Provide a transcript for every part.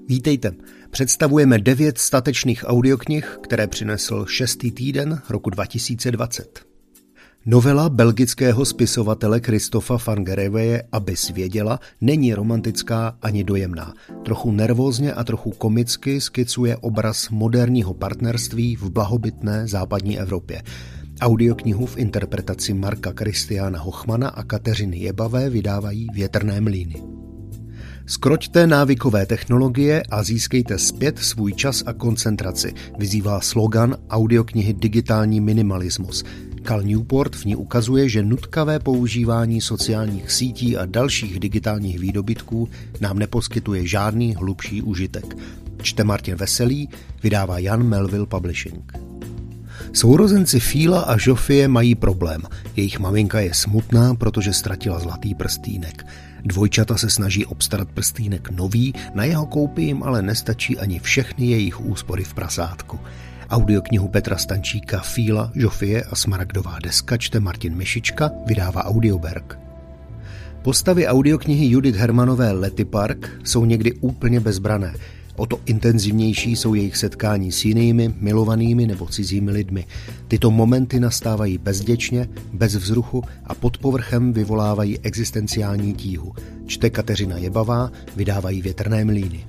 Vítejte. Představujeme 9 statečných audioknih, které přinesl 6. týden roku 2020. Novela belgického spisovatele Christopha van Gereveje Abys věděla není romantická ani dojemná. Trochu nervózně a trochu komicky skicuje obraz moderního partnerství v blahobytné západní Evropě. Audioknihu v interpretaci Marka Kristiána Hochmana a Kateřiny Jebavé vydávají Větrné mlýny. Skroťte návykové technologie a získejte zpět svůj čas a koncentraci, vyzývá slogan audioknihy Digitální minimalismus. Cal Newport v ní ukazuje, že nutkavé používání sociálních sítí a dalších digitálních výdobytků nám neposkytuje žádný hlubší užitek. Čte Martin Veselý, vydává Jan Melville Publishing. Sourozenci Fíla a Žofie mají problém. Jejich maminka je smutná, protože ztratila zlatý prstýnek. Dvojčata se snaží obstarat prstýnek nový, na jeho koupi jim ale nestačí ani všechny jejich úspory v prasátku. Audioknihu Petra Stančíka Fíla, Žofie a Smaragdová deska čte Martin Mišička, vydává Audioberg. Postavy audioknihy Judith Hermanové Letty Park jsou někdy úplně bezbrané. O to intenzivnější jsou jejich setkání s jinými, milovanými nebo cizími lidmi. Tyto momenty nastávají bezděčně, bez vzruchu a pod povrchem vyvolávají existenciální tíhu. Čte Kateřina Jebavá, vydávají Větrné mlýny.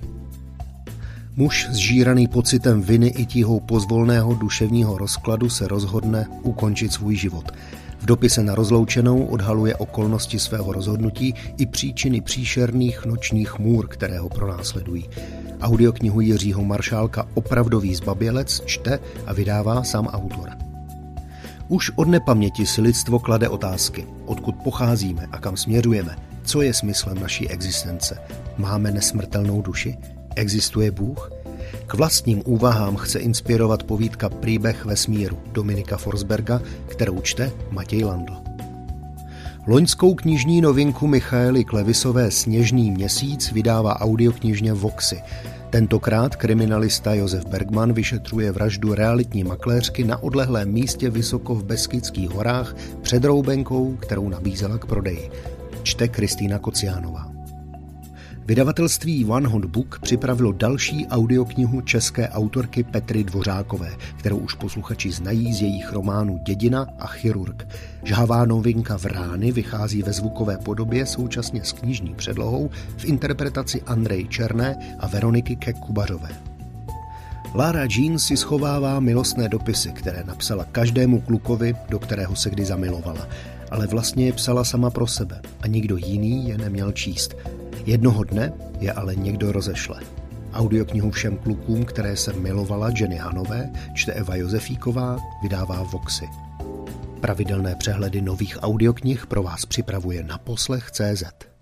Muž zžíraný pocitem viny i tíhou pozvolného duševního rozkladu se rozhodne ukončit svůj život. V dopise na rozloučenou odhaluje okolnosti svého rozhodnutí i příčiny příšerných nočních můr, které ho pronásledují. Audioknihu Jiřího Maršálka Opravdový zbabělec čte a vydává sám autor. Už od nepaměti si lidstvo klade otázky, odkud pocházíme a kam směřujeme, co je smyslem naší existence. Máme nesmrtelnou duši? Existuje Bůh? K vlastním úvahám chce inspirovat povídka Príbeh vesmíru Dominika Forsberga, kterou čte Matěj Landl. Loňskou knižní novinku Michaely Klevisové Sněžný měsíc vydává audioknižně Voxy. Tentokrát kriminalista Josef Bergman vyšetřuje vraždu realitní makléřky na odlehlém místě vysoko v Beskydských horách před roubenkou, kterou nabízela k prodeji. Čte Kristýna Kociánová. Vydavatelství One Hot Book připravilo další audioknihu české autorky Petry Dvořákové, kterou už posluchači znají z jejich románů Dědina a Chirurg. Žhavá novinka Vrány vychází ve zvukové podobě současně s knižní předlohou v interpretaci Andreji Černé a Veroniky Kubařové. Lara Jean si schovává milostné dopisy, které napsala každému klukovi, do kterého se kdy zamilovala. Ale vlastně je psala sama pro sebe a nikdo jiný je neměl číst. Jednoho dne je ale někdo rozešle. Audioknihu Všem klukům, které se milovala Jenny Hanové, čte Eva Josefíková, vydává Voxy. Pravidelné přehledy nových audioknih pro vás připravuje naposlech.cz.